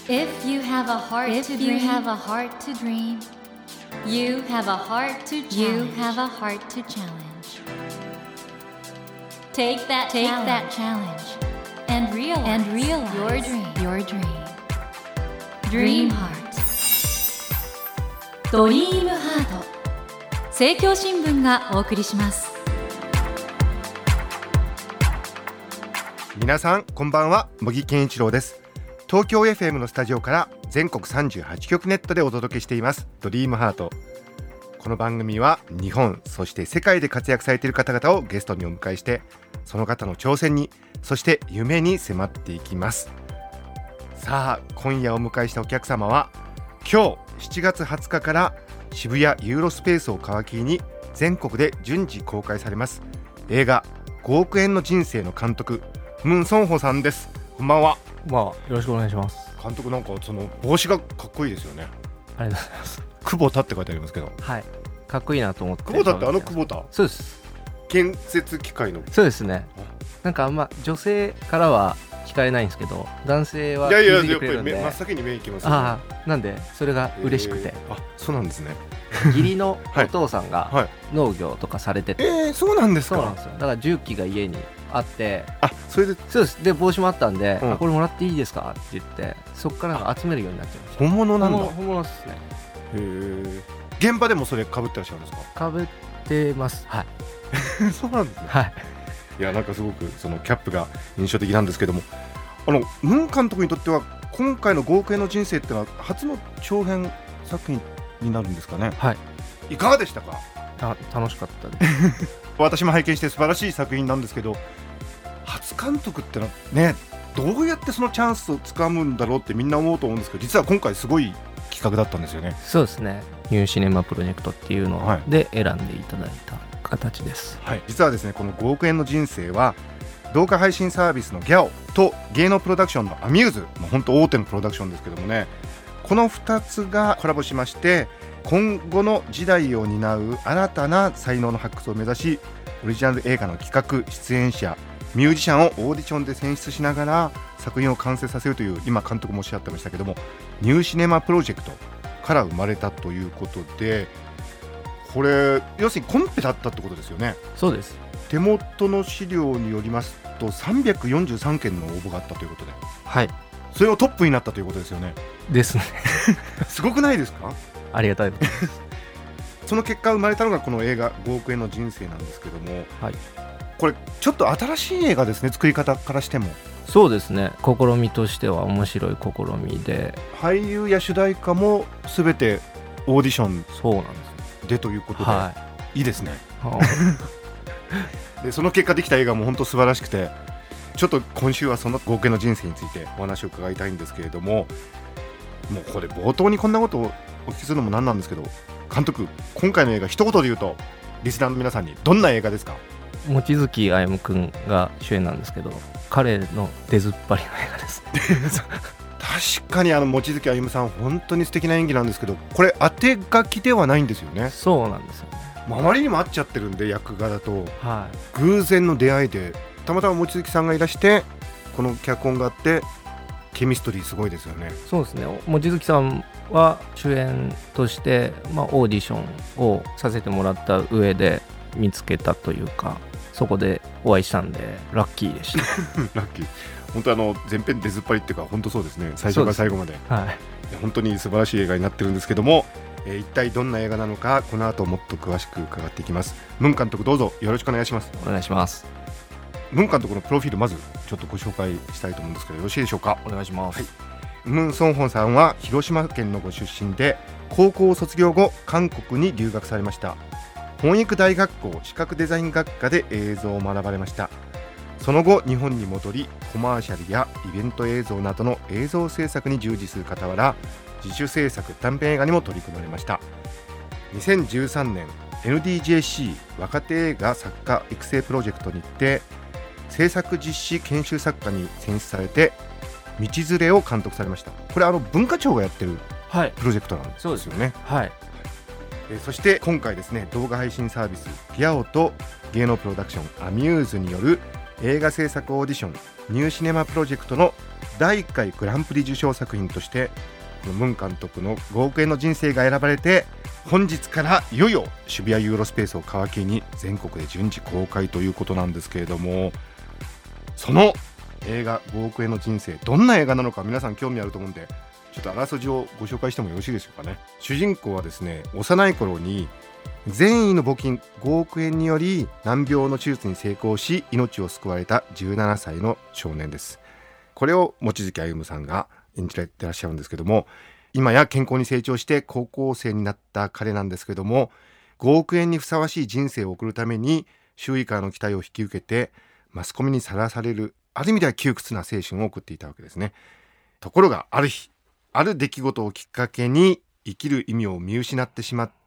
If you have a heart to dream, you have a heart to dream. You have a heart to challenge. You have a heart to challenge. Take that challenge and realize your dream. Dream Heart. ドリームハート。政教新聞がお送りします。 皆さんこんばんは、茂木健一郎です。東京 FM のスタジオから全国38局ネットでお届けしていますドリームハート。この番組は日本そして世界で活躍されている方々をゲストにお迎えして、その方の挑戦にそして夢に迫っていきます。さあ今夜お迎えしたお客様は、今日7月20日から渋谷ユーロスペースを皮切りに全国で順次公開されます映画5億円の人生の監督、ムン・ソンホさんです。こんばんは。 よろしくお願いします。 監督、なんかその帽子がかっこいいですよね。 ありがとうございます。 久保田って書いてありますけど、 はい、かっこいいなと思って。 久保田ってあの久保田？ そうです。 建設機械の。 そうですね。なんかあんま女性からは聞かれないんですけど、男性は気づいてくれるんで。 やっぱり真っ先に目いきますよね。 ああ、なんでそれが嬉しくて。 あ、そうなんですね。 義理のお父さんが農業とかされてて、 そうなんですか。 そうなんですよ。だから重機が家にあって、 それで。 そうです。で帽子もあったんで、これもらっていいですかって言って、そこから集めるようになっちゃいました。 本物なんだ。 本物ですね。 現場でもそれ被ってらっしゃるんですか？ 被ってます。はい。 そうなんですね。 はい。 いや、なんかすごくそのキャップが印象的なんですけども、ムン監督にとっては今回の5億円の人生ってのは初の長編作品になるんですかね。 はい。 いかがでしたか？ 楽しかったです私も拝見して素晴らしい作品なんですけど、初監督ってのはね、どうやってそのチャンスをつかむんだろうってみんな思うと思うんですけど、実は今回すごい企画だったんですよね。 そうですね。ニューシネマプロジェクトっていうので選んでいただいた形です。 はい、実はですね、この5億円の人生は動画配信サービスのギャオと芸能プロダクションのアミューズ、本当大手のプロダクションですけどもね、この2つがコラボしまして、今後の時代を担う新たな才能の発掘を目指し、オリジナル映画の企画、出演者、ミュージシャンをオーディションで選出しながら作品を完成させるという、今監督もおっしゃってましたけども、ニューシネマプロジェクトから生まれたということで、これ要するにコンペだったってことですよね。 そうです。 手元の資料によりますと343件の応募があったということで、 はい、 それをトップになったということですよね。 ですねすごくないですか？ ありがたいですその結果生まれたのがこの映画5億円の人生なんですけども、 はい、 これちょっと新しい映画ですね、作り方からしても。 そうですね。試みとしては面白い試みで、 俳優や主題歌も全てオーディションそうなんですでということで、いいですね。でその結果できた映画も本当素晴らしくて、ちょっと今週はその5億円の人生についてお話を伺いたいんですけれども、もうここで冒頭にこんなことをお聞きするのもなんなんですけど、監督、今回の映画一言で言うとリスナーの皆さんにどんな映画ですか？ 望月歩くんが主演なんですけど、彼の出ずっぱりの映画です確かに望月歩さん本当に素敵な演技なんですけど、これ当て書きではないんですよね。 そうなんですよね。 あまりにも合っちゃってるんで、役柄と、 はい、 偶然の出会いでたまたま望月さんがいらしてこの脚本があって、ケミストリーすごいですよね。 そうですね。望月さんは主演として、オーディションをさせてもらった上で見つけたというか、そこでお会いしたんでラッキーでしたラッキー。本当前編出ずっぱりっていうか、本当そうですね。最初から最後まで、 はい、 本当に素晴らしい映画になってるんですけども、一体どんな映画なのか、この後もっと詳しく伺っていきます。ムン監督、どうぞよろしくお願いします。 お願いします。 ムン監督のプロフィール、まずちょっとご紹介したいと思うんですけど、よろしいでしょうか？ お願いします。 はい、ムン・ソンホンさんは広島県のご出身で、高校を卒業後韓国に留学されました。翻訳大学校視覚デザイン学科で映像を学ばれました。その後日本に戻り、コマーシャルやイベント映像などの映像制作に従事する傍ら、自主制作短編映画にも取り組まれました。2013年 NDJC 若手映画作家育成プロジェクトにて制作実施研修作家に選出されて、道連れを監督されました。これ文化庁がやってるプロジェクトなんですよね。 はい、 そして今回ですね、動画配信サービスギャオと芸能プロダクションアミューズによる映画制作オーディションニューシネマプロジェクトの第1回グランプリ受賞作品としてこのムン監督の5億円の人生が選ばれて、本日からいよいよ渋谷ユーロスペースを皮切りに全国で順次公開ということなんですけれども、その映画5億円の人生、どんな映画なのか皆さん興味あると思うんで、ちょっとあらすじをご紹介してもよろしいでしょうかね。主人公はですね、幼い頃に善意の募金5億円により難病の手術に成功し命を救われた17歳の少年です。これを望月歩さんが演じられてらっしゃるんですけども、今や健康に成長して高校生になった彼なんですけども、5億円にふさわしい人生を送るために周囲からの期待を引き受けてマスコミにさらされる、ある意味では窮屈な青春を送っていたわけですね。ところがある日、ある出来事をきっかけに生きる意味を見失ってしまって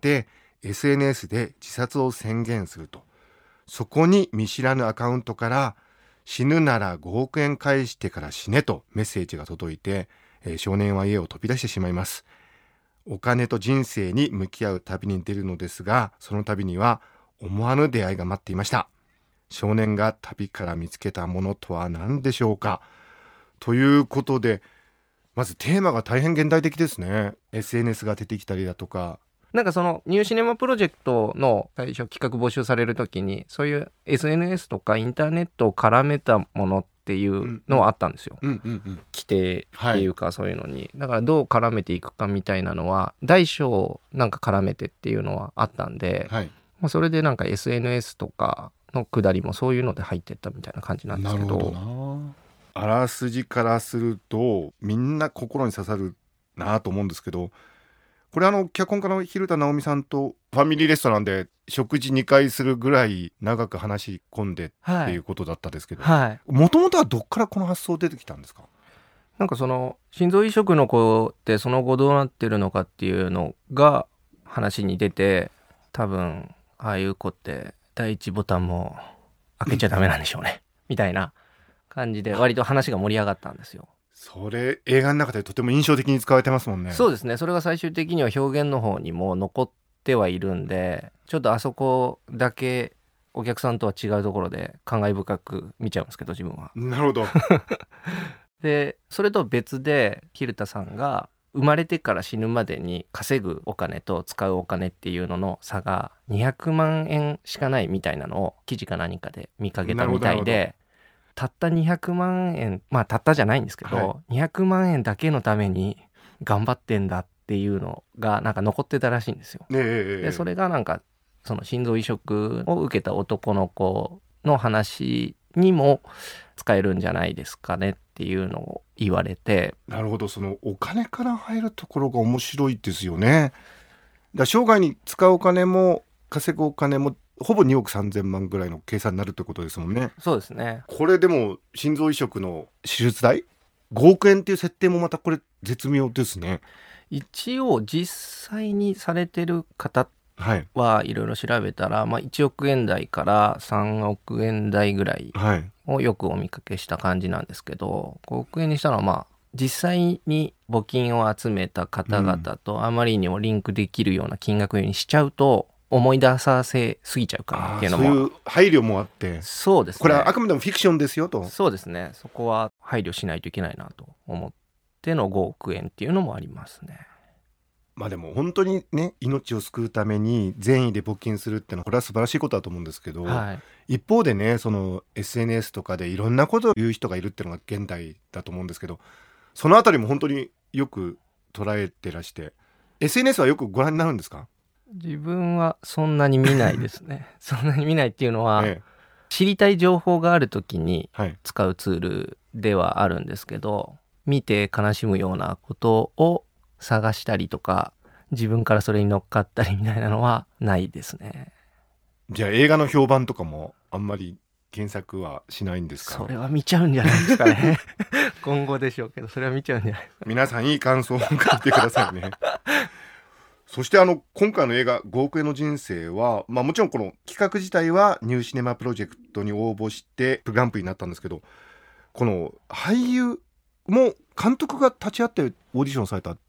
SNS で自殺を宣言すると。そこに見知らぬアカウントから死ぬなら5億円返してから死ねとメッセージが届いて、少年は家を飛び出してしまいます。お金と人生に向き合う旅に出るのですが、その旅には思わぬ出会いが待っていました。少年が旅から見つけたものとは何でしょうか。ということで、まずテーマが大変現代的ですね。 SNS が出てきたりだとか、 なんかそのニューシネマプロジェクトの最初企画募集されるときに、そういう SNS とかインターネットを絡めたものっていうのはあったんですよ、規定っていうか、そういうのに、だからどう絡めていくかみたいなのは大小なんか絡めてっていうのはあったんで、それでなんか SNS とかの下りもそういうので入ってったみたいな感じなんですけど。 なるほどな。あらすじからするとみんな心に刺さるなと思うんですけど、これ脚本家の蛭田直美さんとファミリーレストランで食事2回するぐらい長く話し込んでっていうことだったんですけど、もともとはどっからこの発想出てきたんですか？ なんかその心臓移植の子ってその後どうなってるのかっていうのが話に出て、多分ああいう子って第一ボタンも開けちゃダメなんでしょうねみたいな感じで割と話が盛り上がったんですよ。 それ映画の中でとても印象的に使われてますもんね。 そうですね。それが最終的には表現の方にも残ってはいるんで、ちょっとあそこだけお客さんとは違うところで感慨深く見ちゃうんですけど、自分は。 なるほどでそれと別で蛭田さんが生まれてから死ぬまでに稼ぐお金と使うお金っていうのの差が200万円しかないみたいなのを記事か何かで見かけたみたいで、たった200万円、まあたったじゃないんですけど、200万円だけのために頑張ってんだっていうのがなんか残ってたらしいんですよ。でそれがなんかその心臓移植を受けた男の子の話にも使えるんじゃないですかねっていうのを言われて。 なるほど。そのお金から入るところが面白いですよね。だ生涯に使うお金も稼ぐお金もほぼ2億3000万ぐらいの計算になるってことですもんね。 そうですね。 これでも心臓移植の手術代5億円っていう設定もまたこれ絶妙ですね。 一応実際にされてる方はいろいろ調べたら、1億円台から3億円台ぐらいをよくお見かけした感じなんですけど、5億円にしたのは実際に募金を集めた方々とあまりにもリンクできるような金額にしちゃうと思い出させすぎちゃうかなっていうのも、 そういう配慮もあって。 そうですね。 これはあくまでもフィクションですよと。 そうですね。そこは配慮しないといけないなと思っての5億円っていうのもありますね。 でも本当にね、命を救うために善意で募金するっていうのはこれは素晴らしいことだと思うんですけど、一方でね、その SNS とかでいろんなことを言う人がいるっていうのが現代だと思うんですけど、そのあたりも本当によく捉えてらして、 SNS はよくご覧になるんですか？ 自分はそんなに見ないですねそんなに見ないっていうのは、知りたい情報があるときに使うツールではあるんですけど、見て悲しむようなことを探したりとか自分からそれに乗っかったりみたいなのはないですね。 じゃあ映画の評判とかもあんまり検索はしないんですか？ それは見ちゃうんじゃないですかね今後でしょうけど、それは見ちゃうんじゃないですか。 皆さんいい感想を書いてくださいねそして今回の映画5億円の人生は、もちろんこの企画自体はニューシネマプロジェクトに応募してグランプリになったんですけど、この俳優も監督が立ち会ってオーディションされたっ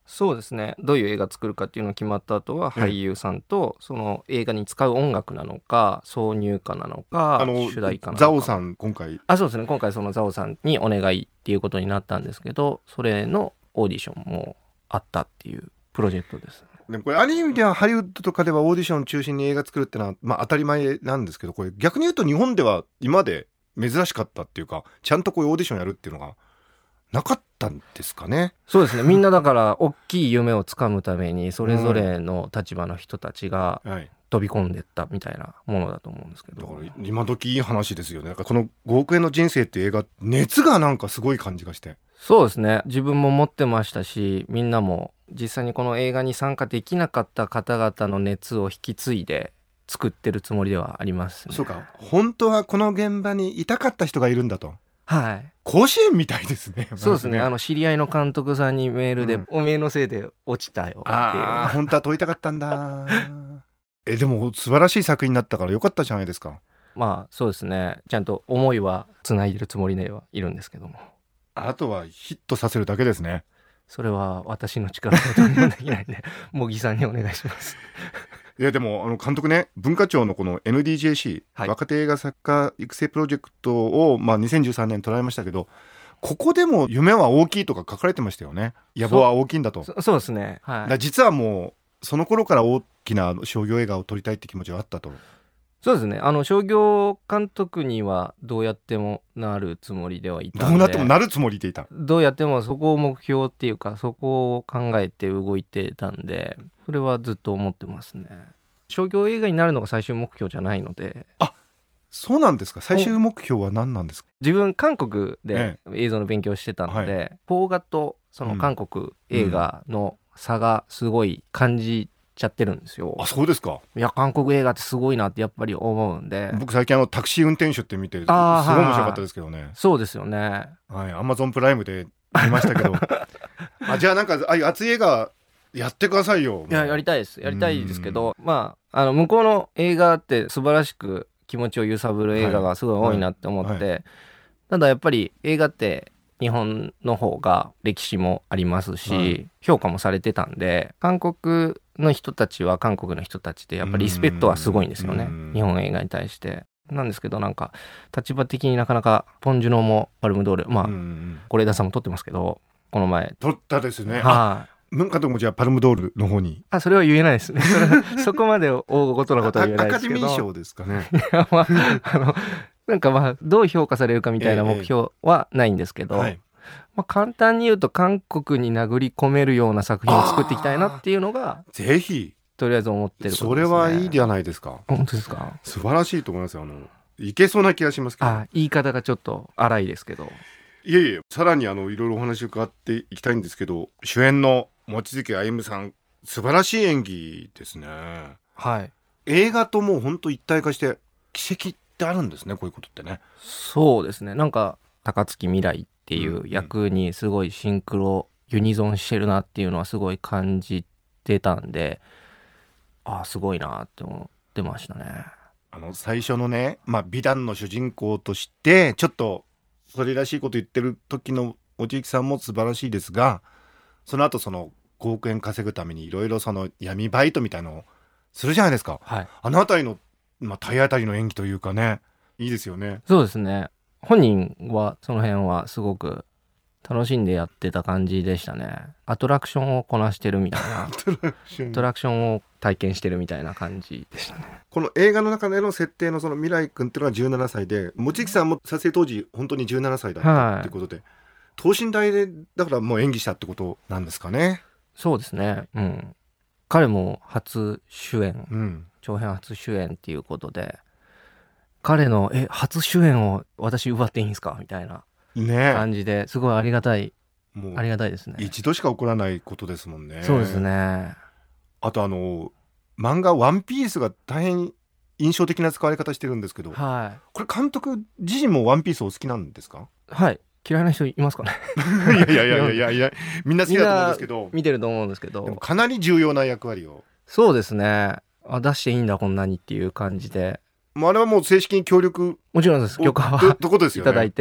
そうですね。どういう映画作るかっていうのが決まった後は、俳優さんとその映画に使う音楽なのか挿入歌なのか主題歌なのか。 ザオさん今回そうですね。今回そのザオさんにお願いっていうことになったんですけど、それのオーディションもあったっていうプロジェクトです。 でもこれある意味ではハリウッドとかではオーディション中心に映画作るってのは当たり前なんですけど、これ逆に言うと日本では今まで珍しかったっていうか、ちゃんとこういうオーディションやるっていうのがなかったんですかね。 そうですね。みんなだから大きい夢をつかむためにそれぞれの立場の人たちが飛び込んでったみたいなものだと思うんですけど、 だから今時いい話ですよね。なんかこの5億円の人生っていう映画、熱がなんかすごい感じがして。 そうですね。自分も持ってましたし、みんなも実際にこの映画に参加できなかった方々の熱を引き継いで作ってるつもりではありますね。 そうか、本当はこの現場にいたかった人がいるんだと。 はい。 甲子園みたいですね。 そうですね。知り合いの監督さんにメールで、おめえのせいで落ちたよっていう。 本当は撮りたかったんだ。でも素晴らしい作品になったからよかったじゃないですか。 まあそうですね。ちゃんと思いは繋いでるつもりではいるんですけども。 あとはヒットさせるだけですね。 それは私の力では何もできないんで、茂木さんにお願いします。 いやでも監督ね、文化庁のこの NDJC、はい、若手映画作家育成プロジェクトを、2013年捉えましたけど、ここでも夢は大きいとか書かれてましたよね。野望は大きいんだと。 そうですね、はい、 だ実はもうその頃から大きな商業映画を撮りたいって気持ちがあったと。 そうですね。商業監督にはどうやってもなるつもりではいたので。 どうなってもなるつもりでいた。 どうやってもそこを目標っていうか、そこを考えて動いてたんで、それはずっと思ってますね。商業映画になるのが最終目標じゃないので。 そうなんですか。最終目標は何なんですか。 自分韓国で映像の勉強してたので、はい、邦画とその韓国映画の差がすごい感じちゃってるんですよ。 そうですか。 いや韓国映画ってすごいなってやっぱり思うんで、 僕最近タクシー運転手って見てすごい面白かったですけどね。 そうですよね。 はい、Amazon プライムで見ましたけどじゃあなんか熱い映画やってくださいよ。 いややりたいですけど、向こうの映画って素晴らしく気持ちを揺さぶる映画がすごい多いなって思って、ただやっぱり映画って日本の方が歴史もありますし、評価もされてたんで、韓国の人たちは韓国の人たちでやっぱりリスペクトはすごいんですよね、日本映画に対して。なんですけど、なんか立場的になかなかポン・ジュノもパルムドール、是枝さんも撮ってますけど、この前撮ったですね。 文化ともじゃあパルムドールの方に。 それは言えないですね。そこまで大事なことは言えないですけど。 アカデミー賞ですかね。 なんかどう評価されるかみたいな目標はないんですけど、簡単に言うと韓国に殴り込めるような作品を作っていきたいなっていうのがぜひとりあえず思ってることですね。 それはいいじゃないですか。 本当ですか。 素晴らしいと思いますよ。いけそうな気がしますけど。 言い方がちょっと荒いですけど。 いえさらにいろいろお話を伺っていきたいんですけど、主演の望月歩さん素晴らしい演技ですね。 はい。 映画ともう本当一体化して奇跡ってあるんですね、こういうことってね。 そうですね。なんか高槻未来っていう役にすごいシンクロユニゾンしてるなっていうのはすごい感じてたんで、すごいなって思ってましたね。 最初のね、美談の主人公としてちょっとそれらしいこと言ってる時の望月さんも素晴らしいですが、その後その5億円稼ぐためにいろいろその闇バイトみたいのをするじゃないですか。あのあたりの、体当たりの演技というかね、いいですよね。 そうですね。本人はその辺はすごく楽しんでやってた感じでしたね。アトラクションをこなしてるみたいなアトラクションを体験してるみたいな感じでしたね。 この映画の中での設定のその未来君っていうのが17歳で、望月さんも撮影当時本当に17歳だったっていうことで、等身大でだからもう演技したってことなんですかね。 そうですね。彼も初主演、長編初主演っていうことで、彼の初主演を私奪っていいんですかみたいな感じで、すごいありがたいですね。 一度しか起こらないことですもんね。 そうですね。 あと漫画ワンピースが大変印象的な使われ方してるんですけど、これ監督自身もワンピースお好きなんですか？ はい。嫌いな人いますかね。 いやみんな好きだと思うんですけど、 見てると思うんですけど、 でもかなり重要な役割を。 そうですね。出していいんだこんなにっていう感じで、 あれはもう正式に協力もちろんです。許可はどこですよ、ね、いただいて、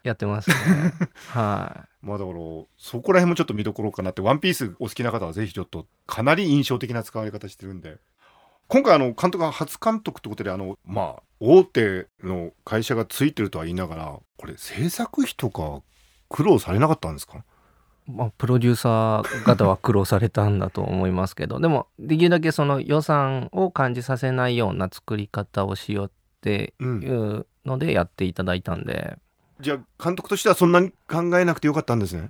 やってますねはい。 まあだからそこら辺もちょっと見どころかなって。ワンピースお好きな方はぜひちょっと、かなり印象的な使われ方してるんで、今回監督が初監督ってことでまあ大手の会社がついてるとは言いながら、これ制作費とか苦労されなかったんですか？ まあ、プロデューサー方は苦労されたんだと思いますけどでもできるだけその予算を感じさせないような作り方をしようっていうのでやっていただいたんで、 じゃあ監督としてはそんなに考えなくてよかったんですね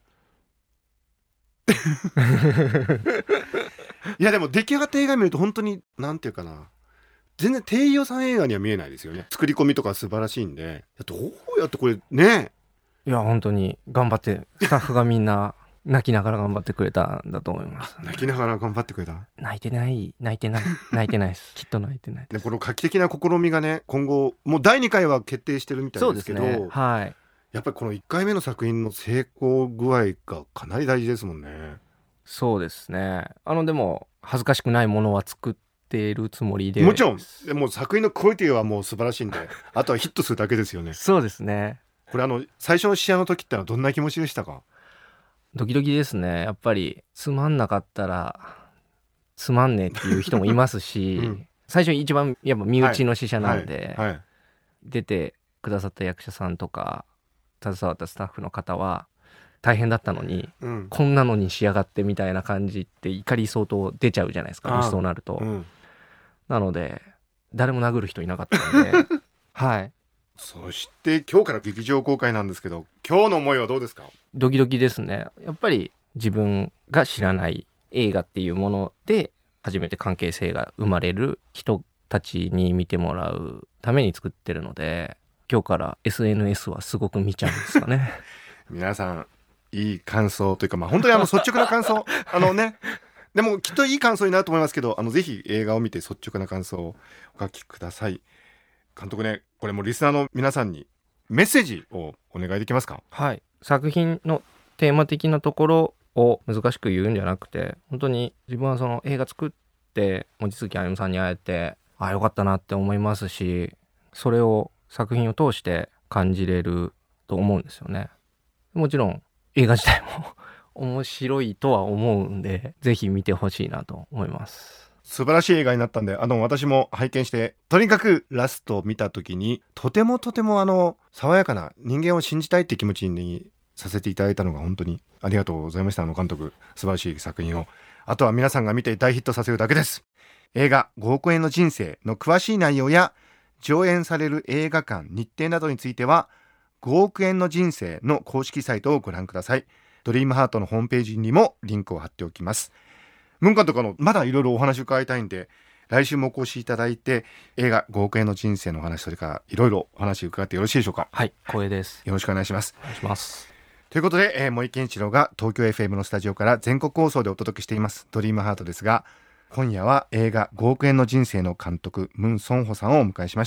いやでも出来上がった映画見ると本当になんていうかな、全然低予算映画には見えないですよね。作り込みとか素晴らしいんで、どうやってこれね。 いや本当に頑張ってスタッフがみんな泣きながら頑張ってくれたんだと思います。 泣きながら頑張ってくれた。 泣いてないですきっと泣いてないでこの画期的な試みがね、今後もう第2回は決定してるみたいですけど、 そうですね、はい、 やっぱりこの1回目の作品の成功具合がかなり大事ですもんね。 そうですね。でも恥ずかしくないものは作っているつもりで。 もちろんでも作品のクオリティはもう素晴らしいんであとはヒットするだけですよね。 そうですね。 これ最初の試写の時ってのはどんな気持ちでしたか？ ドキドキですね。やっぱりつまんなかったらつまんねえっていう人もいますし、うん、最初一番やっぱ身内の試写なんで、はいはいはい、出てくださった役者さんとか携わったスタッフの方は大変だったのに、うん、こんなのに仕上がってみたいな感じって怒り相当出ちゃうじゃないですか、もしそうなると、うん、なので誰も殴る人いなかったのではい。 そして今日から劇場公開なんですけど、今日の思いはどうですか？ ドキドキですね。やっぱり自分が知らない映画っていうもので初めて関係性が生まれる人たちに見てもらうために作ってるので、今日から SNS はすごく見ちゃうんですかね皆さんいい感想というか、まあ本当に率直な感想ね、でもきっといい感想になると思いますけど、ぜひ映画を見て率直な感想をお書きください。監督ね、これもリスナーの皆さんにメッセージをお願いできますか？ はい。作品のテーマ的なところを難しく言うんじゃなくて、本当に自分はその映画作って望月歩さんに会えてよかったなって思いますし、それを作品を通して感じれると思うんですよね。もちろん映画自体も面白いとは思うんで、ぜひ見てほしいなと思います。 素晴らしい映画になったんで、私も拝見して、とにかくラストを見た時にとても爽やかな人間を信じたいって気持ちにさせていただいたのが本当にありがとうございました。監督、素晴らしい作品を、あとは皆さんが見て大ヒットさせるだけです。映画5億円の人生の詳しい内容や上演される映画館日程などについては5億円の人生の公式サイトをご覧ください。ドリームハートのホームページにもリンクを貼っておきます。文化とかまだいろいろお話を伺いたいんで、来週もお越しいただいて映画5億円の人生のお話、それからいろいろお話を伺ってよろしいでしょうか？ はい、光栄です。 よろしくお願いします。 お願いします。 ということで、森健一郎が東京 FM のスタジオから全国放送でお届けしていますドリームハートですが、今夜は映画5億円の人生の監督ムン・ソンホさんをお迎えしました。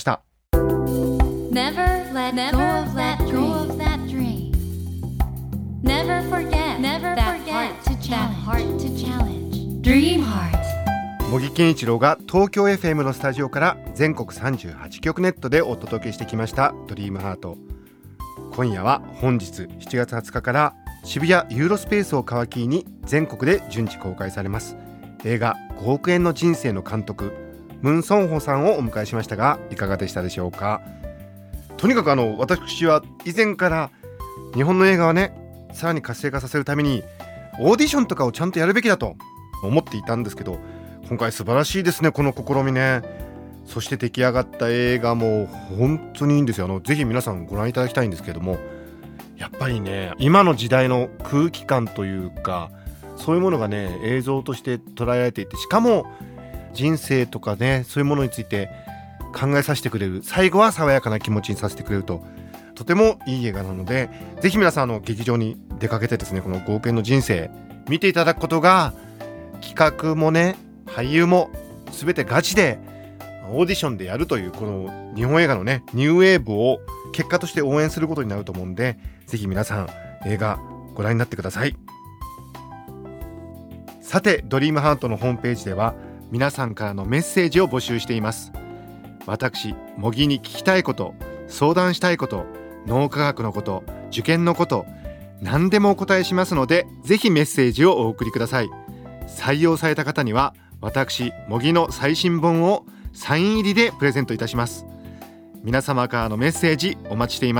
Never let go of that dream. Never forget that heart to challenge. Dream Heart. 茂木健一郎が東京 FM のスタジオから全国38局ネットでお届けしてきましたドリームハート。今夜は本日7月20日から渋谷ユーロスペースを皮切りに全国で順次公開されます映画5億円の人生の監督ムン・ソンホさんをお迎えしましたが、いかがでしたでしょうか？とにかく私は以前から日本の映画はね、さらに活性化させるためにオーディションとかをちゃんとやるべきだと思っていたんですけど、今回素晴らしいですね、この試みね。そして出来上がった映画も本当にいいんですよ。ぜひ皆さんご覧いただきたいんですけども、やっぱりね、今の時代の空気感というか、そういうものがね映像として捉えられていて、しかも人生とかね、そういうものについて考えさせてくれる、最後は爽やかな気持ちにさせてくれると、とてもいい映画なので、ぜひ皆さん劇場に出かけてですね、この5億円の人生見ていただくことが、企画もね俳優も全てガチでオーディションでやるという、この日本映画のねニューウェーブを結果として応援することになると思うんで、ぜひ皆さん映画ご覧になってください。さて、ドリームハートのホームページでは皆さんからのメッセージを募集しています。私、茂木に聞きたいこと、相談したいこと、脳科学のこと、 受験のこと何でもお答えしますので、ぜひメッセージをお送りください。採用された方には私茂木の最新本をサイン入りでプレゼントいたします。皆様からのメッセージお待ちしています。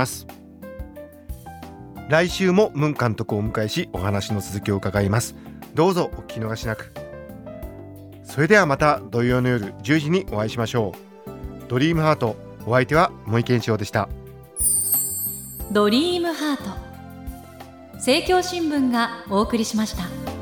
来週もムン監督をお迎えし、お話の続きを伺います。どうぞお聞き逃しなく。それではまた土曜の夜10時にお会いしましょう。ドリームハート、お相手は茂木健志郎でした。 ドリームハート、政教新聞がお送りしました。